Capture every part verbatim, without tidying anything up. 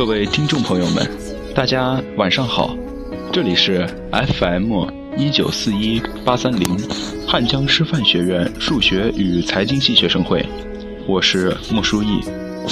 各位听众朋友们，大家晚上好，这里是 F M 一九四一八三零汉江师范学院数学与财经系学生会，我是莫书义。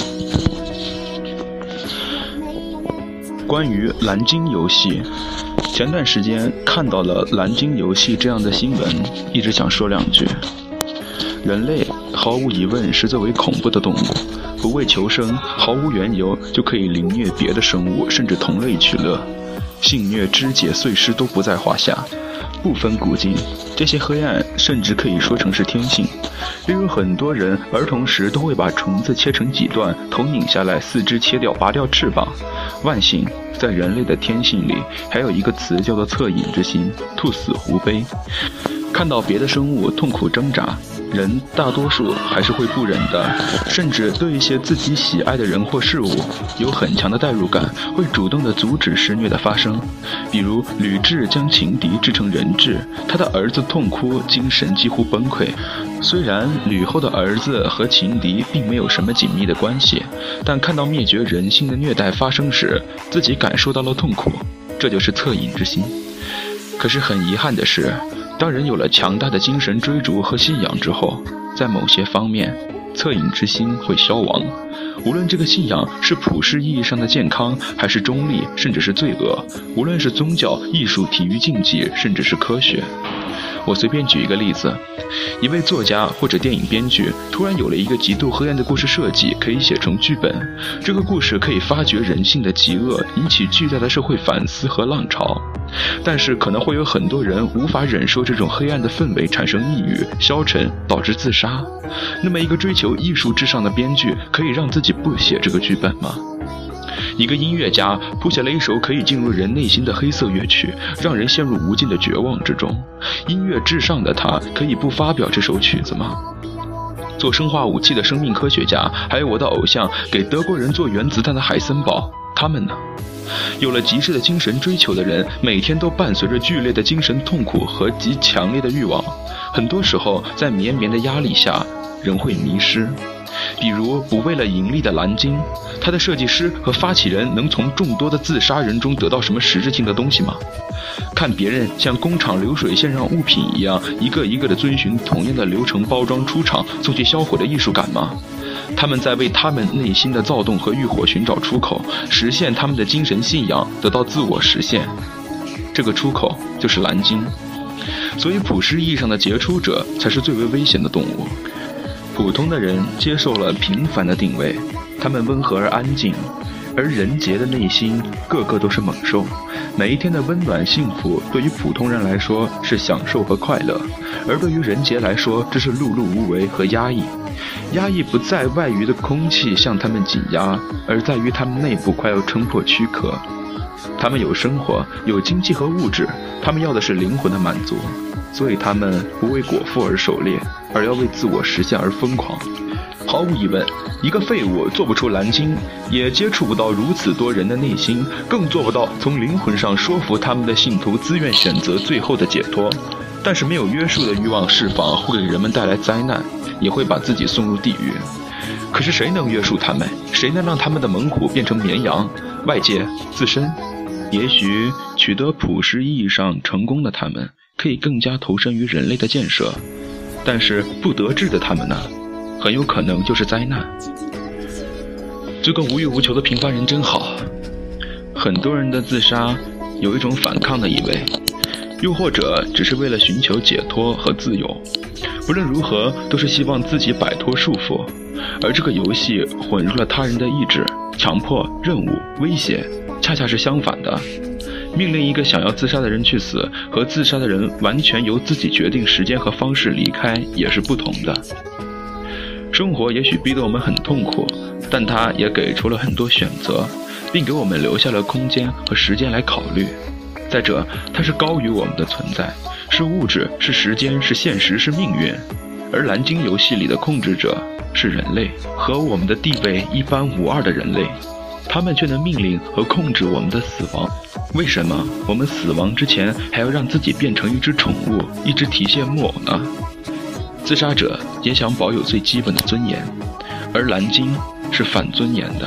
关于蓝鲸游戏，前段时间看到了蓝鲸游戏这样的新闻，一直想说两句。人类毫无疑问是最为恐怖的动物，不为求生，毫无缘由就可以凌虐别的生物，甚至同类取乐，性虐、肢解、碎尸都不在话下，不分古今。这些黑暗甚至可以说成是天性。例如很多人儿童时都会把虫子切成几段，头拧下来，四肢切掉，拔掉翅膀。万幸在人类的天性里还有一个词叫做恻隐之心，兔死狐悲。看到别的生物痛苦挣扎，人大多数还是会不忍的，甚至对一些自己喜爱的人或事物有很强的代入感，会主动的阻止施虐的发生。比如吕雉将情敌制成人质，他的儿子痛哭，精神几乎崩溃。虽然吕后的儿子和情敌并没有什么紧密的关系，但看到灭绝人性的虐待发生时，自己感受到了痛苦，这就是恻隐之心。可是很遗憾的是，当人有了强大的精神追逐和信仰之后，在某些方面，恻隐之心会消亡。无论这个信仰是普世意义上的健康，还是中立，甚至是罪恶；无论是宗教、艺术、体育竞技，甚至是科学。我随便举一个例子，一位作家或者电影编剧突然有了一个极度黑暗的故事设计，可以写成剧本。这个故事可以发掘人性的极恶，引起巨大的社会反思和浪潮。但是可能会有很多人无法忍受这种黑暗的氛围，产生抑郁、消沉，导致自杀。那么一个追求艺术至上的编剧可以让自己不写这个剧本吗？一个音乐家谱写了一首可以进入人内心的黑色乐曲，让人陷入无尽的绝望之中。音乐至上的他可以不发表这首曲子吗？做生化武器的生命科学家，还有我的偶像给德国人做原子弹的海森堡，他们呢？有了极致的精神追求的人，每天都伴随着剧烈的精神痛苦和极强烈的欲望。很多时候在绵绵的压力下，人会迷失。比如不为了盈利的蓝鲸，它的设计师和发起人能从众多的自杀人中得到什么实质性的东西吗？看别人像工厂流水线上物品一样，一个一个的遵循同样的流程包装出厂，送去销毁的艺术感吗？他们在为他们内心的躁动和欲火寻找出口，实现他们的精神信仰，得到自我实现。这个出口就是蓝鲸。所以普世意义上的杰出者才是最为危险的动物。普通的人接受了平凡的定位，他们温和而安静，而人杰的内心个个都是猛兽。每一天的温暖幸福对于普通人来说是享受和快乐，而对于人杰来说，这是碌碌无为和压抑。压抑不在外于的空气向他们紧压，而在于他们内部快要撑破躯壳。他们有生活，有经济和物质，他们要的是灵魂的满足，所以他们不为果腹而狩猎，而要为自我实现而疯狂。毫无疑问，一个废物做不出蓝鲸，也接触不到如此多人的内心，更做不到从灵魂上说服他们的信徒自愿选择最后的解脱。但是没有约束的欲望释放会给人们带来灾难，也会把自己送入地狱。可是谁能约束他们？谁能让他们的猛虎变成绵羊？外界、自身？也许取得普世意义上成功的他们可以更加投身于人类的建设，但是不得志的他们呢，很有可能就是灾难。做个无欲无求的平凡人真好。很多人的自杀有一种反抗的意味，又或者只是为了寻求解脱和自由。不论如何，都是希望自己摆脱束缚，而这个游戏混入了他人的意志，强迫、任务、威胁，恰恰是相反的。命令一个想要自杀的人去死，和自杀的人完全由自己决定时间和方式离开也是不同的。生活也许逼得我们很痛苦，但它也给出了很多选择，并给我们留下了空间和时间来考虑。再者，它是高于我们的存在，是物质，是时间，是现实，是命运。而蓝鲸游戏里的控制者是人类，和我们的地位一般无二的人类，他们却能命令和控制我们的死亡。为什么我们死亡之前还要让自己变成一只宠物，一只提线木偶呢？自杀者也想保有最基本的尊严，而蓝鲸是反尊严的，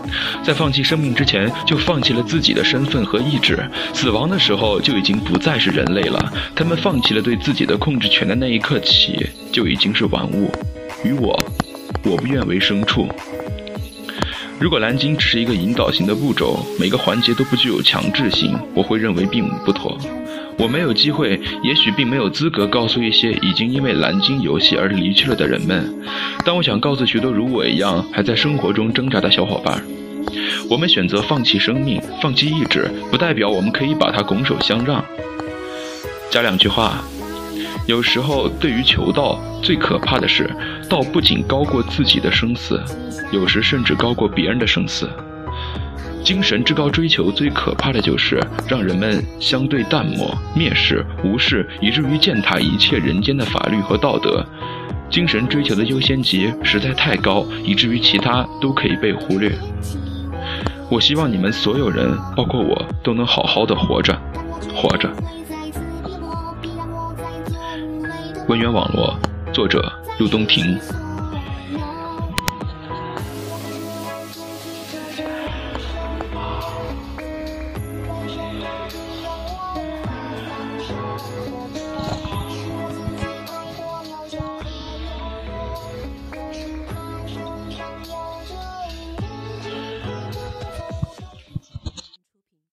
在放弃生命之前就放弃了自己的身份和意志，死亡的时候就已经不再是人类了。他们放弃了对自己的控制权的那一刻起，就已经是玩物。与我，我不愿为牲畜。如果蓝鲸只是一个引导型的步骤，每个环节都不具有强制性，我会认为并无不妥。我没有机会，也许并没有资格告诉一些已经因为蓝鲸游戏而离去了的人们，但我想告诉许多如我一样还在生活中挣扎的小伙伴，我们选择放弃生命，放弃意志，不代表我们可以把它拱手相让。加两句话，有时候对于求道，最可怕的是道不仅高过自己的生死，有时甚至高过别人的生死。精神至高追求最可怕的就是让人们相对淡漠、蔑视、无视，以至于践踏一切人间的法律和道德。精神追求的优先级实在太高，以至于其他都可以被忽略。我希望你们所有人，包括我，都能好好的活着，活着。文源网络，作者陆东亭。